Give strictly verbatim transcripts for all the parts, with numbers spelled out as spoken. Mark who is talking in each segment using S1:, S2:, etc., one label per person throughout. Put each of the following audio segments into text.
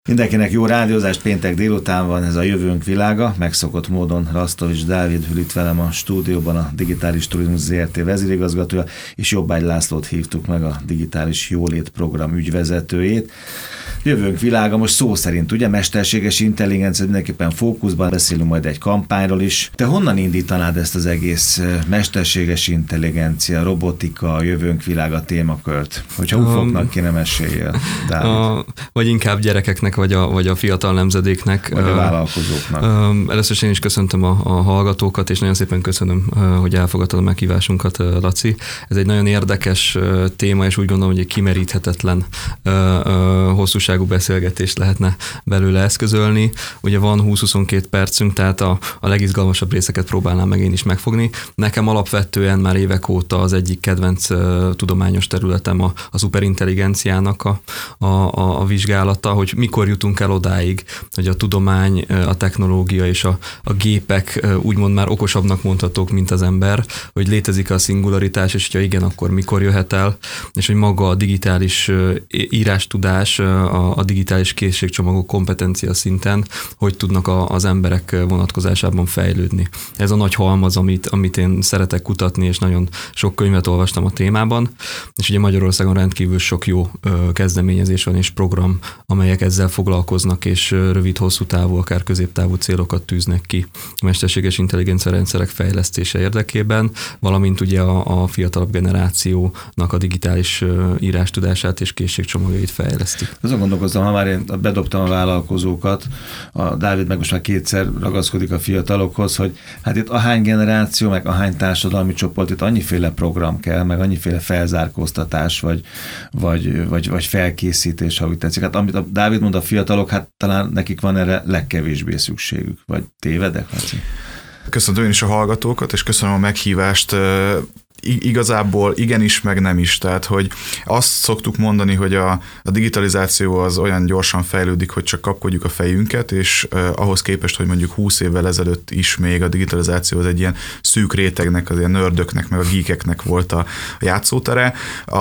S1: Mindenkinek jó rádiózást, péntek délután van, ez a Jövőnk világa, megszokott módon Rasztovics Dávid ül itt velem a stúdióban, a Digitális Turizmus zé er té vezérigazgatója, és Jobbágy Lászlót hívtuk meg, a Digitális Jólét Program ügyvezetőjét. Jövőnk világa most szó szerint, ugye, mesterséges intelligencia mindenképpen fókuszban, beszélünk majd egy kampányról is. Te honnan indítanád ezt az egész mesterséges intelligencia, robotika, Jövőnk világa témakört? Hogyha ufoknak kéne meséljél, Dávid.
S2: A, vagy inkább gyerekeknek, vagy a, vagy a fiatal nemzedéknek.
S1: Vagy a vállalkozóknak.
S2: Először is én is köszöntöm a, a hallgatókat, és nagyon szépen köszönöm, hogy elfogadtad a meghívásunkat, Laci. Ez egy nagyon érdekes téma, és úgy gondolom, hogy egy kimeríthetetlen hosszúságú beszélgetést lehetne belőle eszközölni. Ugye van húsz-huszonkettő percünk, tehát a, a legizgalmasabb részeket próbálnám meg én is megfogni. Nekem alapvetően már évek óta az egyik kedvenc tudományos területem a, a szuperintelligenciának a, a, a vizsgálata, hogy mikor jutunk el odáig, hogy a tudomány, a technológia és a, a gépek úgymond már okosabbnak mondhatók, mint az ember, hogy létezik a szingularitás, és ha igen, akkor mikor jöhet el, és hogy maga a digitális írástudás, a, a digitális készségcsomagok kompetencia szinten, hogy tudnak a, az emberek vonatkozásában fejlődni. Ez a nagy halmaz, amit, amit én szeretek kutatni, és nagyon sok könyvet olvastam a témában, és ugye Magyarországon rendkívül sok jó kezdeményezés van és program, amelyek ezzel foglalkoznak, és rövid-hosszú távú, akár középtávú célokat tűznek ki a mesterséges intelligencia rendszerek fejlesztése érdekében, valamint ugye a, a fiatalabb generációnak a digitális írástudását és készségcsomagjait fejlesztik.
S1: Azon gondolkoztam, ha már én bedobtam a vállalkozókat, a Dávid meg most már kétszer ragaszkodik a fiatalokhoz, hogy hát itt ahány generáció, meg ahány társadalmi csoport, itt annyiféle program kell, meg annyiféle felzárkóztatás, vagy, vagy, vagy, vagy felkészítés, ha úgy tetszik. Hát amit a Dávid mond, a fiatalok, hát talán nekik van erre legkevésbé szükségük. Vagy tévedek, Laci?
S3: Köszönöm én is a hallgatókat, és köszönöm a meghívást. Igazából igenis, meg nem is. Tehát, hogy azt szoktuk mondani, hogy a, a digitalizáció az olyan gyorsan fejlődik, hogy csak kapkodjuk a fejünket, és uh, ahhoz képest, hogy mondjuk húsz évvel ezelőtt is még a digitalizáció az egy ilyen szűk rétegnek, az ilyen nördöknek, meg a geekeknek volt a, a játszótere,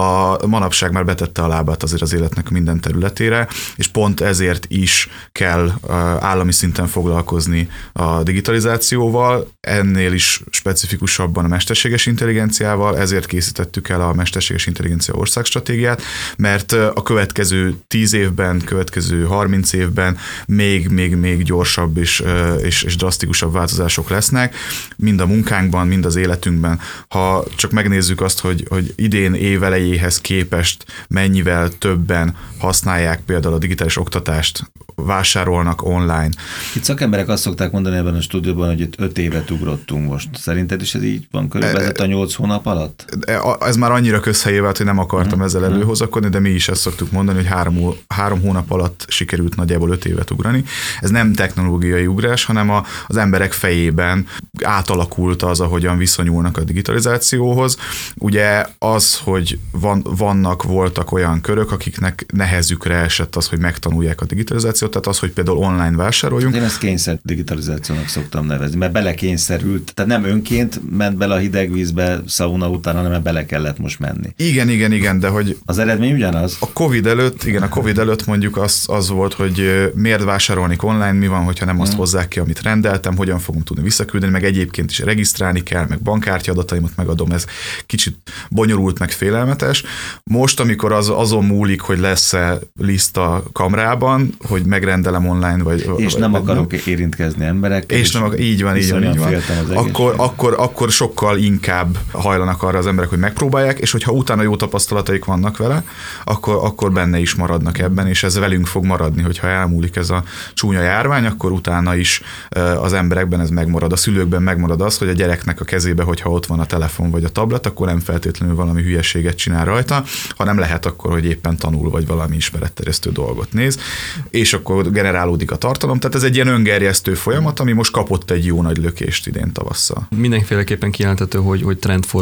S3: a manapság már betette a lábát azért az életnek minden területére, és pont ezért is kell uh, állami szinten foglalkozni a digitalizációval, ennél is specifikusabban a mesterséges intelligenciával, ezért készítettük el a mesterséges intelligencia országstratégiát, mert a következő tíz évben, következő harminc évben még, még, még gyorsabb és, és, és drasztikusabb változások lesznek, mind a munkánkban, mind az életünkben. Ha csak megnézzük azt, hogy, hogy idén év elejéhez képest mennyivel többen használják például a digitális oktatást, vásárolnak online.
S1: Itt szakemberek azt szokták mondani ebben a stúdióban, hogy itt öt évet ugrottunk most. Szerinted is ez így van körülbelül a nyolc hónap alatt?
S3: Ez már annyira közhelyé vált, hogy nem akartam hmm. ezzel előhozakodni, de mi is ezt szoktuk mondani, hogy három, három hónap alatt sikerült nagyjából öt évet ugrani. Ez nem technológiai ugrás, hanem a, az emberek fejében átalakult az, ahogyan viszonyulnak a digitalizációhoz. Ugye az, hogy van, vannak, voltak olyan körök, akiknek nehezükre esett az, hogy megtanulják a digitalizációt, tehát az, hogy például online vásároljunk.
S1: Én ezt kényszer digitalizációnak szoktam nevezni, mert belekényszerült, tehát nem önként ment bele a hideg vízbe szauna után, hanem mert bele kellett most menni.
S3: Igen, igen, igen, de hogy...
S1: Az eredmény ugyanaz?
S3: A Covid előtt, igen, a Covid előtt mondjuk az, az volt, hogy miért vásárolnék online, mi van, hogyha nem azt hozzák ki, amit rendeltem, hogyan fogom tudni visszaküldeni, meg egyébként is regisztrálni kell, meg bankkártya adataimat megadom, ez kicsit bonyolult, meg félelmetes. Most, amikor az azon múlik, hogy lesz-e lista kamrában, hogy megrendelem online, vagy...
S1: És
S3: vagy,
S1: nem
S3: vagy
S1: akarok
S3: nem.
S1: érintkezni emberekkel.
S3: És, és nem, így van, így van, így van. Akkor, akkor, akkor sokkal inkább hajlanak arra az emberek, hogy megpróbálják, és hogyha utána jó tapasztalataik vannak vele, akkor, akkor benne is maradnak ebben, és ez velünk fog maradni, hogyha elmúlik ez a csúnya járvány, akkor utána is az emberekben ez megmarad. A szülőkben megmarad az, hogy a gyereknek a kezébe, hogyha ott van a telefon vagy a tablet, akkor nem feltétlenül valami hülyeséget csinál rajta, hanem lehet akkor, hogy éppen tanul, vagy valami ismeretterjesztő dolgot néz, és akkor generálódik a tartalom. Tehát ez egy ilyen öngerjesztő folyamat, ami most kapott egy jó nagy lökést idén tavasszal.
S2: Mindenféleképpen kijelenthető, hogy, hogy trendfordulás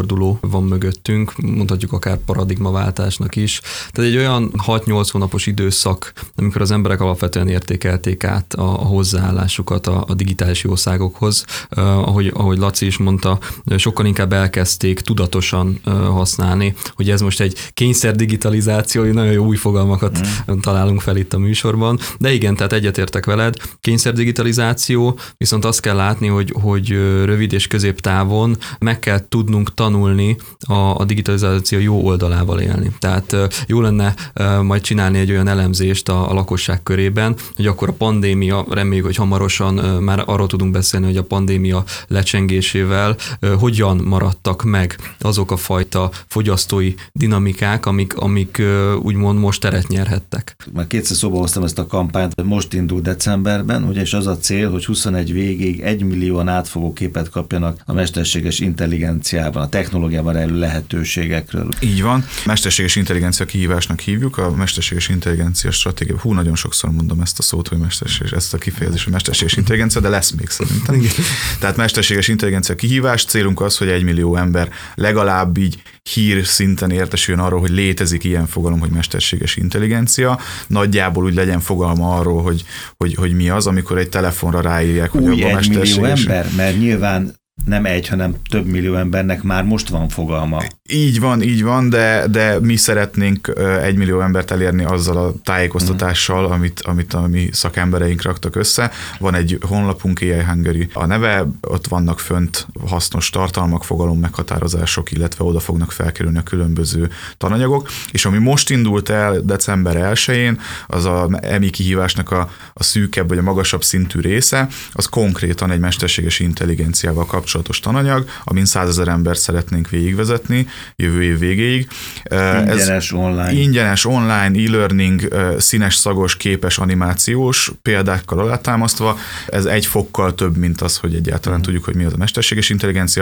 S2: forduló van mögöttünk, mondhatjuk akár paradigmaváltásnak is. Tehát egy olyan hat-nyolc hónapos időszak, amikor az emberek alapvetően értékelték át a, a hozzáállásukat a, a digitális jószágokhoz. Uh, ahogy, ahogy Laci is mondta, sokkal inkább elkezdték tudatosan uh, használni, hogy ez most egy kényszer digitalizáció, nagyon jó új fogalmakat mm. találunk fel itt a műsorban. De igen, tehát egyetértek veled, kényszer digitalizáció, viszont azt kell látni, hogy, hogy rövid és középtávon meg kell tudnunk tanulni a, a digitalizáció jó oldalával élni. Tehát jó lenne majd csinálni egy olyan elemzést a, a lakosság körében, hogy akkor a pandémia, reméljük, hogy hamarosan már arról tudunk beszélni, hogy a pandémia lecsengésével hogyan maradtak meg azok a fajta fogyasztói dinamikák, amik, amik úgymond most teret nyerhettek.
S1: Már kétszer szóba hoztam ezt a kampányt, most indul decemberben, ugye, és az a cél, hogy huszonegy végéig egy millióan átfogó képet kapjanak a mesterséges intelligenciában, a technológiában rejlő lehetőségekről.
S3: Így van. Mesterséges intelligencia kihívásnak hívjuk, a mesterséges intelligencia stratégia. Hú, nagyon sokszor mondom ezt a szót, hogy mesterséges, ezt a kifejezést, hogy mesterséges intelligencia, de lesz még szerintem. Tehát mesterséges intelligencia kihívás, célunk az, hogy egy millió ember legalább így hír szinten értesüljön arról, hogy létezik ilyen fogalom, hogy mesterséges intelligencia. Nagyjából úgy legyen fogalma arról, hogy, hogy, hogy mi az, amikor egy telefonra ráírják, hogy
S1: Új,
S3: abban
S1: egy
S3: mesterséges...
S1: millió ember, mert nyilván nem egy, hanem több millió embernek már most van fogalma.
S3: Így van, így van, de, de mi szeretnénk egy millió embert elérni azzal a tájékoztatással, mm. amit, amit a mi szakembereink raktak össze. Van egy honlapunk, á i Hungary a neve, ott vannak fönt hasznos tartalmak, fogalom meghatározások, illetve oda fognak felkerülni a különböző tananyagok, és ami most indult el december elsején, az a em i kihívásnak a, a szűkebb vagy a magasabb szintű része, az konkrétan egy mesterséges intelligenciával kapcsolatos kapcsolatos tananyag, amin százezer embert szeretnénk végigvezetni jövő év végéig.
S1: Ingyenes Ez online.
S3: Ingyenes online, e-learning, színes, szagos, képes, animációs példákkal alátámasztva. Ez egy fokkal több, mint az, hogy egyáltalán mm. tudjuk, hogy mi az a mesterséges intelligencia.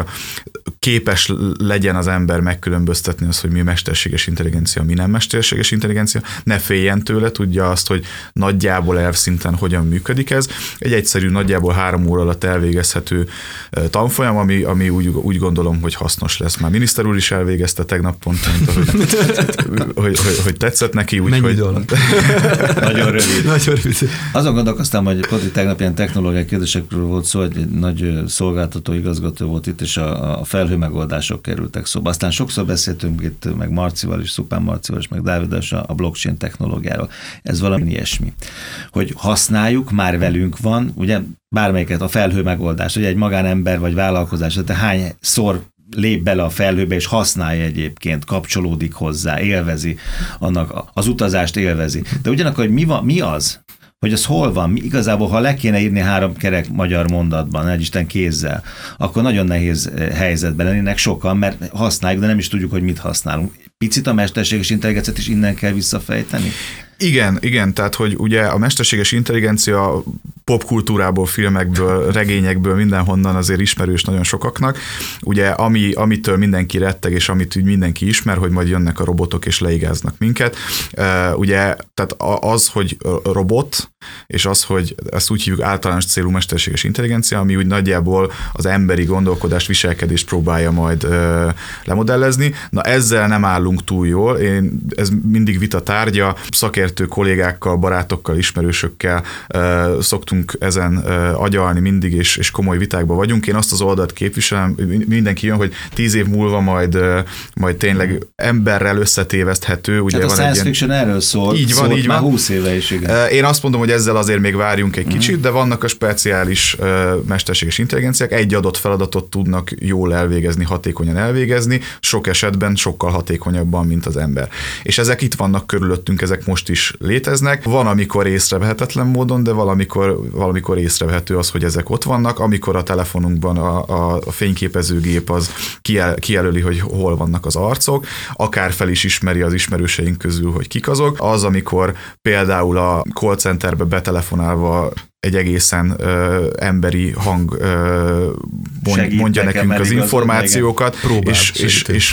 S3: Képes legyen az ember megkülönböztetni azt, hogy mi mesterséges intelligencia, mi nem mesterséges intelligencia. Ne féljen tőle, tudja azt, hogy nagyjából elvszinten hogyan működik ez. Egy egyszerű, nagyjából három óra alatt elvégezhető tanfolyam, ami, ami úgy, úgy gondolom, hogy hasznos lesz. Már miniszter úr is elvégezte tegnap pont, mondta, hogy, hogy, hogy, hogy tetszett neki. Úgy,
S2: Mennyi
S3: hogy...
S1: Nagyon rövid.
S2: Nagyon rövid.
S1: Azon gondolkoztam, hogy pont tegnap ilyen technológiai kérdésekről volt szó, hogy egy nagy szolgáltató igazgató volt itt, és a, a felhő megoldások kerültek szóba. Aztán sokszor beszéltünk itt, meg Marcival is, Szupán Marcival is, meg Dáviddal is a blockchain technológiáról. Ez valami ilyesmi. Hogy használjuk, már velünk van, ugye bármelyiket a felhő megoldás, hogy egy magánember vagy vállalkozás, de hányszor lép bele a felhőbe, és használja egyébként, kapcsolódik hozzá, élvezi annak, az utazást élvezi. De ugyanakkor, hogy mi, van, mi az, hogy az hol van, mi, igazából, ha le kéne írni három kerek magyar mondatban, egy Isten kézzel, akkor nagyon nehéz helyzetben lennének sokan, mert használjuk, de nem is tudjuk, hogy mit használunk. Picit a mesterséges intelligenciát is innen kell visszafejteni?
S3: Igen, igen, tehát hogy ugye a mesterséges intelligencia popkultúrából, filmekből, regényekből, mindenhonnan azért ismerős nagyon sokaknak. Ugye ami, amitől mindenki retteg, és amit úgy mindenki ismer, hogy majd jönnek a robotok és leigáznak minket. Uh, ugye, tehát az, hogy robot, és az, hogy ezt úgy hívjuk általános célú mesterséges intelligencia, ami úgy nagyjából az emberi gondolkodást, viselkedést próbálja majd uh, lemodellezni. Na ezzel nem állunk túl jól. Én, ez mindig vita tárgya, szakértő kollégákkal, barátokkal, ismerősökkel uh, szoktunk ezen uh, agyalni mindig, és, és komoly vitákba vagyunk. Én azt az oldalt képviselem, mindenki jön, hogy tíz év múlva majd, uh, majd tényleg emberrel összetéveszthető. Ugye
S1: hát a
S3: van
S1: science
S3: egy
S1: fiction
S3: ilyen...
S1: erről szól,
S3: így van,
S1: szólt
S3: így
S1: már
S3: van.
S1: húsz éve is, igen.
S3: Uh, én azt mondom, hogy ezzel azért még várjunk egy kicsit, uh-huh. de vannak a speciális uh, mesterséges intelligenciák, egy adott feladatot tudnak jól elvégezni, hatékonyan elvégezni, sok esetben sokkal hatékonyabban, mint az ember. És ezek itt vannak körülöttünk, ezek most is léteznek. Van, amikor észrevehetetlen módon, de valamikor, valamikor észrevehető az, hogy ezek ott vannak, amikor a telefonunkban a, a, a fényképezőgép az kijel, kijelöli, hogy hol vannak az arcok, akár fel is ismeri az ismerőseink közül, hogy kik azok. Az, amikor például a call centerbe betelefonálva egy egészen ö, emberi hang ö, mond, mondja nekünk az információkat, és, és, és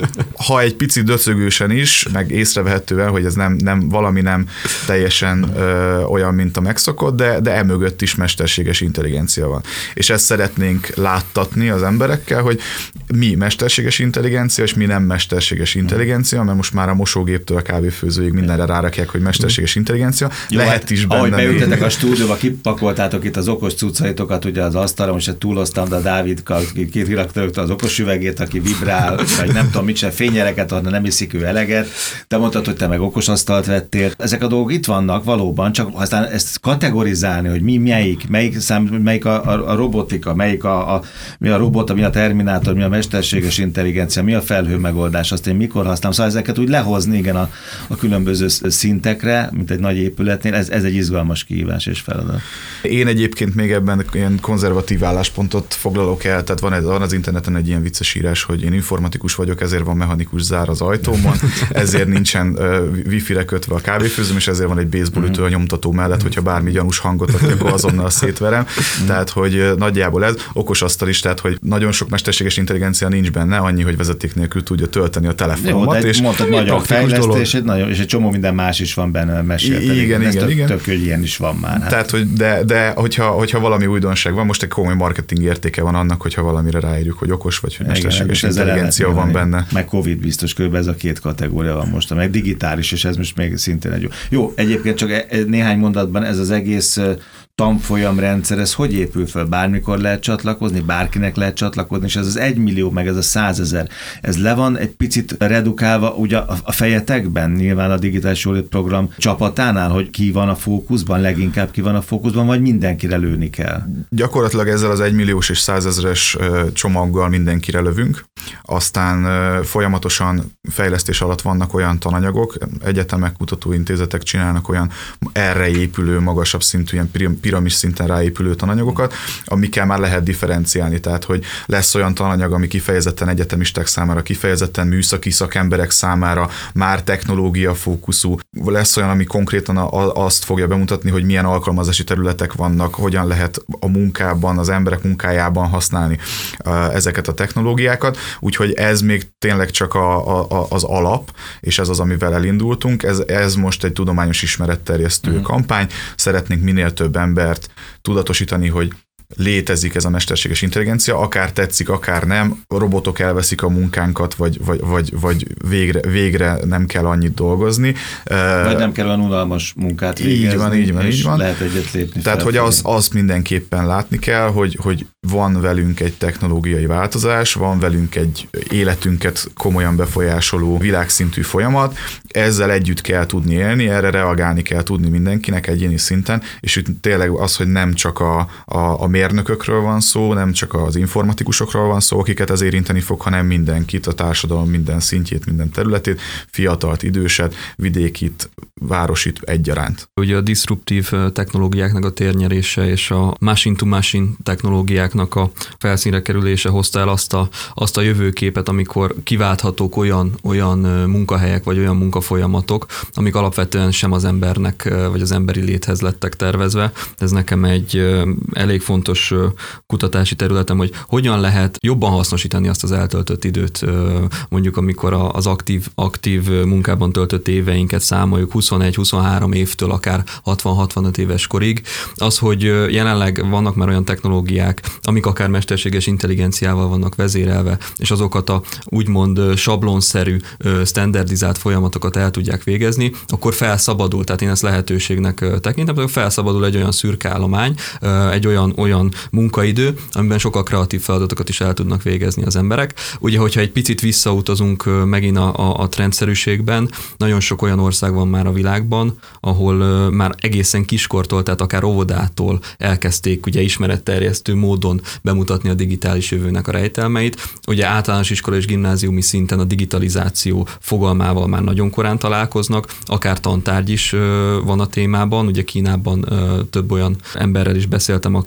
S3: ha egy picit döcögősen is, meg észrevehetően, hogy ez nem, nem valami nem teljesen ö, olyan, mint a megszokott, de, de emögött is mesterséges intelligencia van. És ezt szeretnénk láttatni az emberekkel, hogy mi mesterséges intelligencia, és mi nem mesterséges intelligencia, mert most már a mosógéptől a kávéfőzőig mindenre rárakják, hogy mesterséges intelligencia. Jó, lehet hát, is benne.
S1: Ahogy beültetek a stúdióba, kipakoltátok itt az okos cuccaitokat ugye az asztalra, most túloztam, de a Dávid két kirakta az okos üvegét, aki vibrál, vagy nem tudom mit sem, fényereket adna, nem iszik ő eleget. Te mondtad, hogy te meg okos asztalt vettél. Ezek a dolgok itt vannak valóban, csak aztán ezt kategorizálni, hogy mi melyik, melyik, szám, melyik a, a, a robotika, melyik a, a, mi a robot, mi a terminátor, mi a mesterséges intelligencia, mi a felhő megoldás, azt én mikor használom. Szóval ezeket úgy lehozni igen a, a különböző szintekre, mint egy nagy épületnél, ez, ez egy izgalmas kihívás és feladat.
S3: Én egyébként még ebben ilyen konzervatív álláspontot foglalok el, tehát van, van az interneten egy ilyen vicces írás, hogy én informatikus vagyok, ezért van mechanikus zár az ajtómon, ezért nincsen uh, wifi-re kötve a kávéfőzőm, és ezért van egy baseballütő a nyomtató mellett, hogyha bármi gyanús hangot adja, akkor azonnal szétverem. Tehát, hogy nagyjából ez okos asztal is, tehát, hogy nagyon sok mesterséges intelligencia nincs benne, annyi, hogy vezeték nélkül tudja tölteni a telefonomat.
S1: Jó, és mondtad, nagyon fejlesztés, és, nagyon, és egy csomó minden más is van benne, mesélted.
S3: Igen, igen,
S1: tök,
S3: igen.
S1: Tök, hogy ilyen is van már. Hát.
S3: Tehát, hogy de, de hogyha, hogyha valami újdonság van, most egy komoly marketing értéke van annak, hogyha valamire ráírjuk, hogy okos vagy, hogy mesterséges intelligencia van benne.
S1: Meg Covid biztos, kb. Ez a két kategória van most, meg digitális, és ez most még szintén egy jó. Jó, egyébként csak néhány mondatban ez az egész tanfolyamrendszer, ez hogy épül fel? Bármikor lehet csatlakozni, bárkinek lehet csatlakozni, és ez az egymillió, meg ez a százezer, ez le van egy picit redukálva ugye a fejetekben, nyilván a digitális jólét program csapatánál, hogy ki van a fókuszban, leginkább ki van a fókuszban, vagy mindenkire lőni kell?
S3: Gyakorlatilag ezzel az egymilliós és százezres csomaggal mindenkire lövünk, aztán folyamatosan fejlesztés alatt vannak olyan tananyagok, egyetemek, kutatóintézetek csinálnak olyan erre épülő, magasabb szintű, ilyen piramis szinten ráépülő tananyagokat, amikkel már lehet differenciálni, tehát hogy lesz olyan tananyag, ami kifejezetten egyetemisták számára, kifejezetten műszaki szakemberek számára, már technológia fókuszú, lesz olyan, ami konkrétan azt fogja bemutatni, hogy milyen alkalmazási területek vannak, hogyan lehet a munkában, az emberek munkájában használni ezeket a technológiákat, úgyhogy ez még tényleg csak a, a, az alap, és ez az, amivel elindultunk, ez, ez most egy tudományos ismeretterjesztő mm. kampány, szeretnénk minél több embert tudatosítani, hogy létezik ez a mesterséges intelligencia, akár tetszik, akár nem, a robotok elveszik a munkánkat, vagy, vagy, vagy, vagy végre, végre nem kell annyit dolgozni.
S1: Vagy nem kell olyan unalmas munkát végezni.
S3: Így van, így van, így van.
S1: Lehet egyet lépni.
S3: Tehát, hogy az, azt mindenképpen látni kell, hogy, hogy van velünk egy technológiai változás, van velünk egy életünket komolyan befolyásoló világszintű folyamat, ezzel együtt kell tudni élni, erre reagálni kell tudni mindenkinek egyéni szinten, és itt tényleg az, hogy nem csak a, a, a mérnökökről van szó, nem csak az informatikusokról van szó, akiket ez érinteni fog, hanem mindenkit, a társadalom minden szintjét, minden területét, fiatalt, időset, vidékit, városit egyaránt.
S2: Ugye a diszruptív technológiáknak a térnyerése és a machine-to-machine technológiáknak a felszínre kerülése hozta el azt a, azt a jövőképet, amikor kiválthatók olyan, olyan munkahelyek vagy olyan munkafolyamatok, amik alapvetően sem az embernek vagy az emberi léthez lettek tervezve. Ez nekem egy elég fontos kutatási területem, hogy hogyan lehet jobban hasznosítani azt az eltöltött időt, mondjuk amikor az aktív, aktív munkában töltött éveinket számoljuk huszonegy-huszonhárom évtől akár hatvan-hatvanöt éves korig. Az, hogy jelenleg vannak már olyan technológiák, amik akár mesterséges intelligenciával vannak vezérelve, és azokat a úgymond sablonszerű, standardizált folyamatokat el tudják végezni, akkor felszabadul, tehát én ezt lehetőségnek tekintem, hogy felszabadul egy olyan szürke állomány, egy olyan, olyan munkaidő, amiben sokkal kreatív feladatokat is el tudnak végezni az emberek. Ugye, hogyha egy picit visszautazunk megint a, a, a trendszerűségben, nagyon sok olyan ország van már a világban, ahol már egészen kiskortól, tehát akár óvodától elkezdték ugye ismeretterjesztő módon bemutatni a digitális jövőnek a rejtelmeit. Ugye általános iskola és gimnáziumi szinten a digitalizáció fogalmával már nagyon korán találkoznak, akár tantárgy is van a témában, ugye Kínában több olyan emberrel is beszéltem, aki a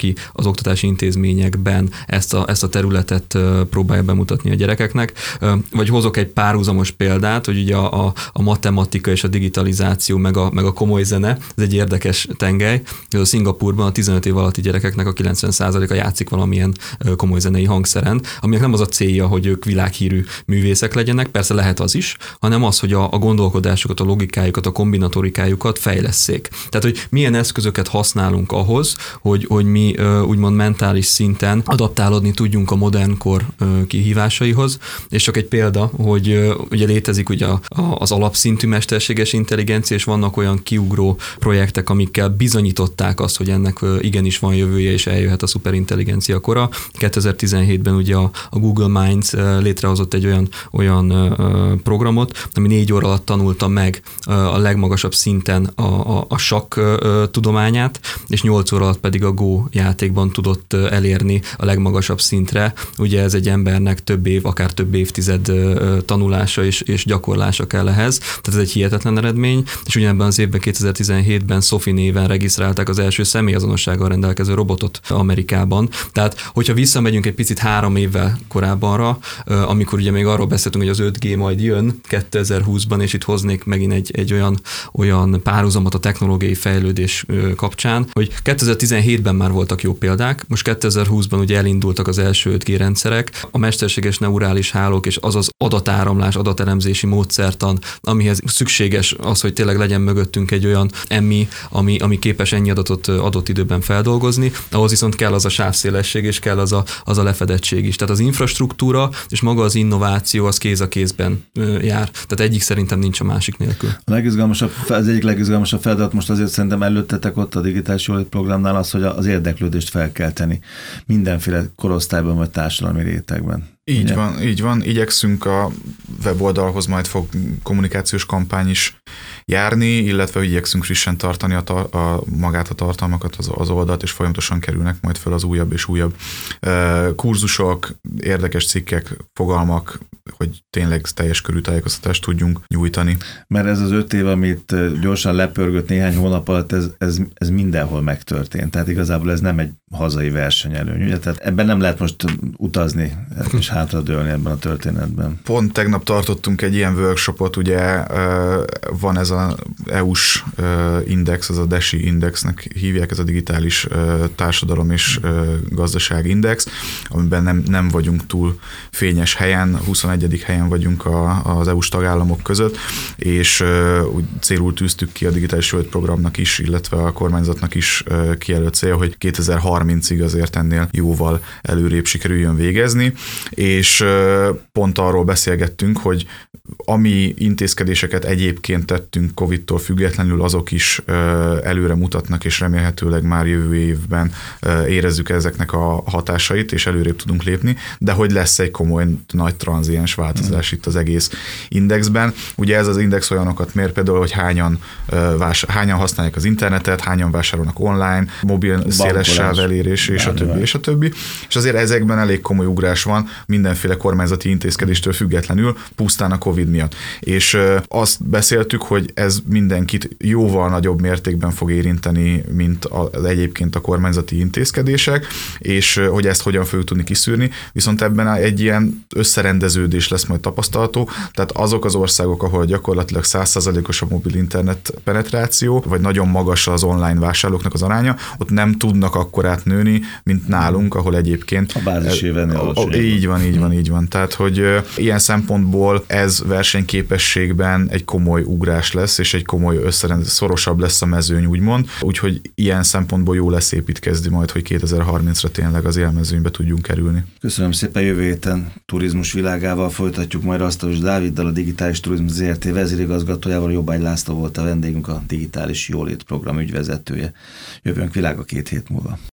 S2: az oktatási intézményekben ezt a, ezt a területet próbálja bemutatni a gyerekeknek. Vagy hozok egy párhuzamos példát, hogy ugye a, a, a matematika és a digitalizáció, meg a, meg a komoly zene, ez egy érdekes tengely. A Szingapurban a tizenöt év alatti gyerekeknek a kilencven százaléka játszik valamilyen komoly zenei hangszeren, aminek nem az a célja, hogy ők világhírű művészek legyenek, persze lehet az is, hanem az, hogy a, a gondolkodásukat, a logikájukat, a kombinatorikájukat fejlesszék. Tehát, hogy milyen eszközöket használunk ahhoz, hogy, hogy mi úgymond mentális szinten adaptálódni tudjunk a modern kor kihívásaihoz. És csak egy példa, hogy ugye létezik ugye az alapszintű mesterséges intelligencia, és vannak olyan kiugró projektek, amikkel bizonyították azt, hogy ennek igenis van jövője, és eljöhet a szuperintelligencia kora. kétezer-tizenhétben ugye a, a Google Minds létrehozott egy olyan, olyan programot, ami négy óra alatt tanulta meg a legmagasabb szinten a, a, a sakk tudományát, és nyolc óra alatt pedig a Go játékban tudott elérni a legmagasabb szintre. Ugye ez egy embernek több év, akár több évtized tanulása és, és gyakorlása kell ehhez. Tehát ez egy hihetetlen eredmény, és ugyanebben az évben kétezer-tizenhétben Sophie néven regisztrálták az első személyazonossággal rendelkező robotot Amerikában. Tehát, hogyha visszamegyünk egy picit három évvel korábbanra, amikor ugye még arról beszéltünk, hogy az öt G majd jön kétezer-húszban, és itt hoznék megint egy, egy olyan, olyan párhuzamot a technológiai fejlődés kapcsán, hogy kétezer-tizenhétben már voltak jó példák, most kétezer-húszban ugye elindultak az első öt G rendszerek, a mesterséges neurális hálók és az az adatáramlás, adatelemzési módszertan, amihez szükséges az, hogy tényleg legyen mögöttünk egy olyan emmi, ami, ami képes ennyi adatot adott időben feldolgozni, ahhoz viszont kell az a sávszélesség, és kell az a, az a lefedettség is. Tehát az infrastruktúra és maga az innováció az kéz a kézben jár. Tehát egyik szerintem nincs a másik nélkül.
S1: A legizgalmasabb, az egyik legizgalmasabb feladat most azért szerintem előttetek ott a digitális jólét programnál az, hogy az érdeklődést felkelteni mindenféle korosztályban vagy társadalmi rétegben.
S3: Így
S1: ugye?
S3: van, így van. Igyekszünk a weboldalhoz majd fog kommunikációs kampány is járni, illetve igyekszünk frissen tartani a, tar- a magát a tartalmakat, az, az oldalt, és folyamatosan kerülnek majd fel az újabb és újabb uh, kurzusok, érdekes cikkek, fogalmak, hogy tényleg teljes körű tájékoztatást tudjunk nyújtani.
S1: Mert ez az öt év, amit gyorsan lepörgött néhány hónap alatt, ez, ez, ez mindenhol megtörtént. Tehát igazából ez nem egy hazai versenyelőny. Ugye? Tehát ebben nem lehet most utazni és hátradőlni ebben a történetben.
S3: Pont tegnap tartottunk egy ilyen workshopot, ugye van ez az é u-s index, ez a dé e es i indexnek hívják, ez a digitális társadalom és gazdaság index, amiben nem, nem vagyunk túl fényes helyen, huszonegyedik helyen vagyunk a, az é u-s tagállamok között, és úgy célul tűztük ki a digitális jólét programnak is, illetve a kormányzatnak is kijelölt cél, hogy kétezer-harmincig azért ennél jóval előrébb sikerüljön végezni, és pont arról beszélgettünk, hogy ami intézkedéseket egyébként tettünk Covid-tól függetlenül, azok is előre mutatnak, és remélhetőleg már jövő évben érezzük ezeknek a hatásait, és előrébb tudunk lépni, de hogy lesz egy komoly nagy tranziens változás mm. itt az egész indexben. Ugye ez az index olyanokat mér például, hogy hányan, vás, hányan használják az internetet, hányan vásárolnak online, mobil széles sávelérés, és a többi, és a többi. És azért ezekben elég komoly ugrás van, mindenféle kormányzati intézkedéstől függetlenül, pusztán a Covid miatt. És azt beszéltük, hogy ez mindenkit jóval nagyobb mértékben fog érinteni, mint az egyébként a kormányzati intézkedések, és hogy ezt hogyan fogjuk tudni kiszűrni, viszont ebben egy ilyen összerendeződés lesz majd tapasztalható, tehát azok az országok, ahol gyakorlatilag száz százalékos a mobil internet penetráció, vagy nagyon magas az online vásárlóknak az aránya, ott nem tudnak akkorát nőni, mint nálunk, ahol egyébként
S1: a bázisévennél alacsonyabb.
S3: Így van, így van, így van. Tehát, hogy ilyen szempontból ez versenyképességben egy komoly ugrás lesz, és egy komoly összerend, szorosabb lesz a mezőny, úgymond. Úgyhogy ilyen szempontból jó lesz építkezni majd, hogy kétezer-harmincra tényleg az élmezőnybe tudjunk kerülni.
S1: Köszönöm szépen, jövő héten turizmus világával folytatjuk majd Rasztalos Dáviddal, a Digitális Turizmus zé er té vezérigazgatójával. Jobbágy László volt a vendégünk, a Digitális Jólét program ügyvezetője. Jövőnk világa két hét múlva.